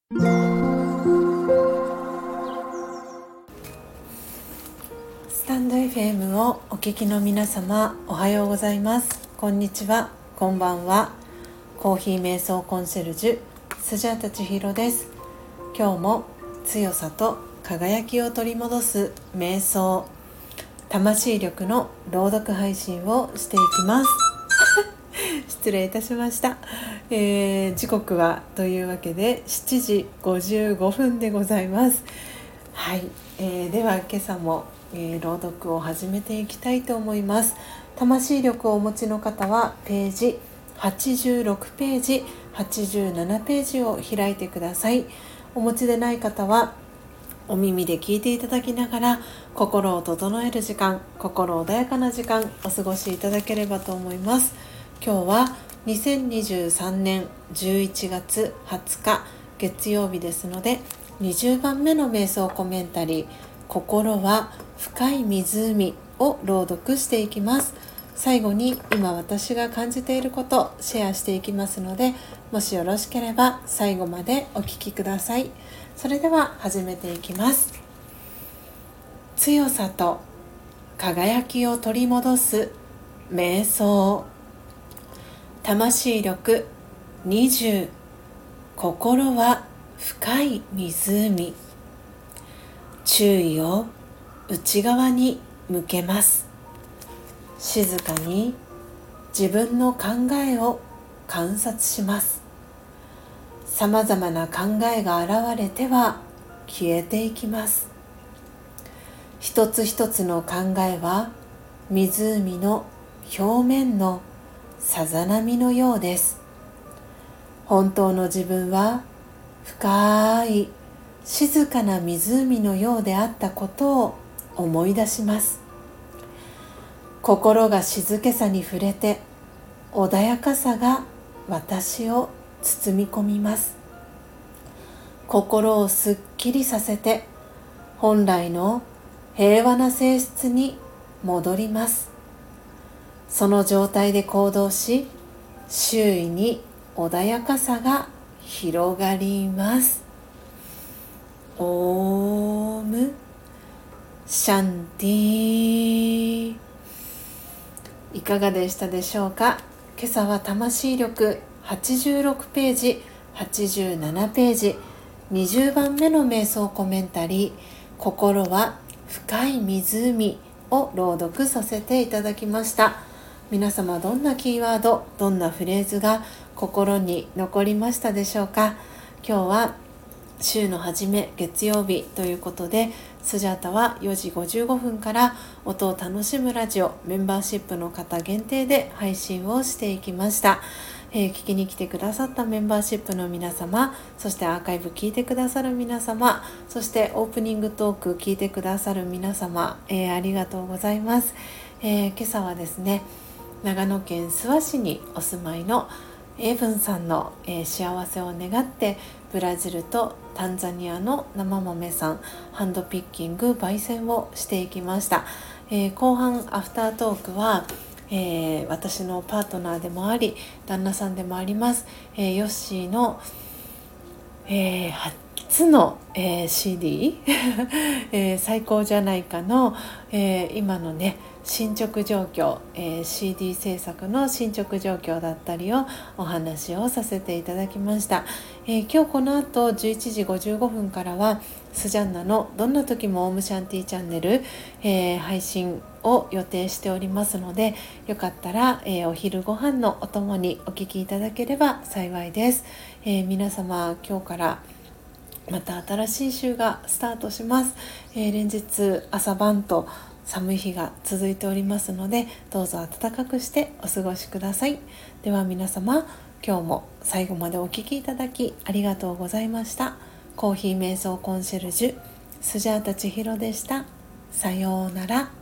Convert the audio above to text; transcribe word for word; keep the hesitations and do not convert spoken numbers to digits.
スタンド エフエム をお聞きの皆様、おはようございます。こんにちは、こんばんは。コーヒー瞑想コンシェルジュスジャータ千尋です。今日も強さと輝きを取り戻す瞑想、魂力の朗読配信をしていきます失礼いたしました、えー、時刻はというわけでしちじごじゅうごふんでございます。はい、えー、では今朝も、えー、朗読を始めていきたいと思います。魂力をお持ちの方はページはちじゅうろくページ、はちじゅうななページを開いてください。お持ちでない方はお耳で聞いていただきながら、心を整える時間、心穏やかな時間お過ごしいただければと思います。今日はにせんにじゅうさんねんじゅういちがつはつか月曜日ですので、にじゅうばんめの瞑想コメンタリー、心は深い湖を朗読していきます。最後に今私が感じていることをシェアしていきますので、もしよろしければ最後までお聞きください。それでは始めていきます。強さと輝きを取り戻す瞑想、魂力にじゅう、心は深い湖。注意を内側に向けます。静かに自分の考えを観察します。さまざまな考えが現れては消えていきます。一つ一つの考えは湖の表面のさざ波のようです。本当の自分は深い静かな湖のようであったことを思い出します。心が静けさに触れて、穏やかさが私を包み込みます。心をすっきりさせて、本来の平和な性質に戻ります。その状態で行動し、周囲に穏やかさが広がります。オームシャンティ。いかがでしたでしょうか。今朝は魂力はちじゅうろくページ、はちじゅうななページ、にじゅうばんめの瞑想コメンタリー、心は深い湖を朗読させていただきました。皆様、どんなキーワード、どんなフレーズが心に残りましたでしょうか。今日は週の初め月曜日ということで、スジャータはよじごじゅうごふんから音を楽しむラジオメンバーシップの方限定で配信をしていきました。えー、聞きに来てくださったメンバーシップの皆様、そしてアーカイブ聞いてくださる皆様、そしてオープニングトーク聞いてくださる皆様、えー、ありがとうございます。えー、今朝はですね、長野県諏訪市にお住まいのエイブンさんの、えー、幸せを願って、ブラジルとタンザニアの生豆さんハンドピッキング焙煎をしていきました。えー、後半アフタートークは、えー、私のパートナーでもあり旦那さんでもあります、えー、ヨッシーの、えー、初の、えー、シーディー、えー、最高じゃないかの、えー、今のね進捗状況、えー、シーディー 制作の進捗状況だったりをお話をさせていただきました。えー、今日この後じゅういちじごじゅうごふんからはスジャンナのどんな時もオームシャンティチャンネル、えー、配信を予定しておりますので、よかったら、えー、お昼ご飯のお供にお聞きいただければ幸いです。えー、皆様、今日からまた新しい週がスタートします。えー、連日朝晩と寒い日が続いておりますので、どうぞ暖かくしてお過ごしください。では皆様、今日も最後までお聞きいただきありがとうございました。コーヒー瞑想コンシェルジュスジャータ千尋でした。さようなら。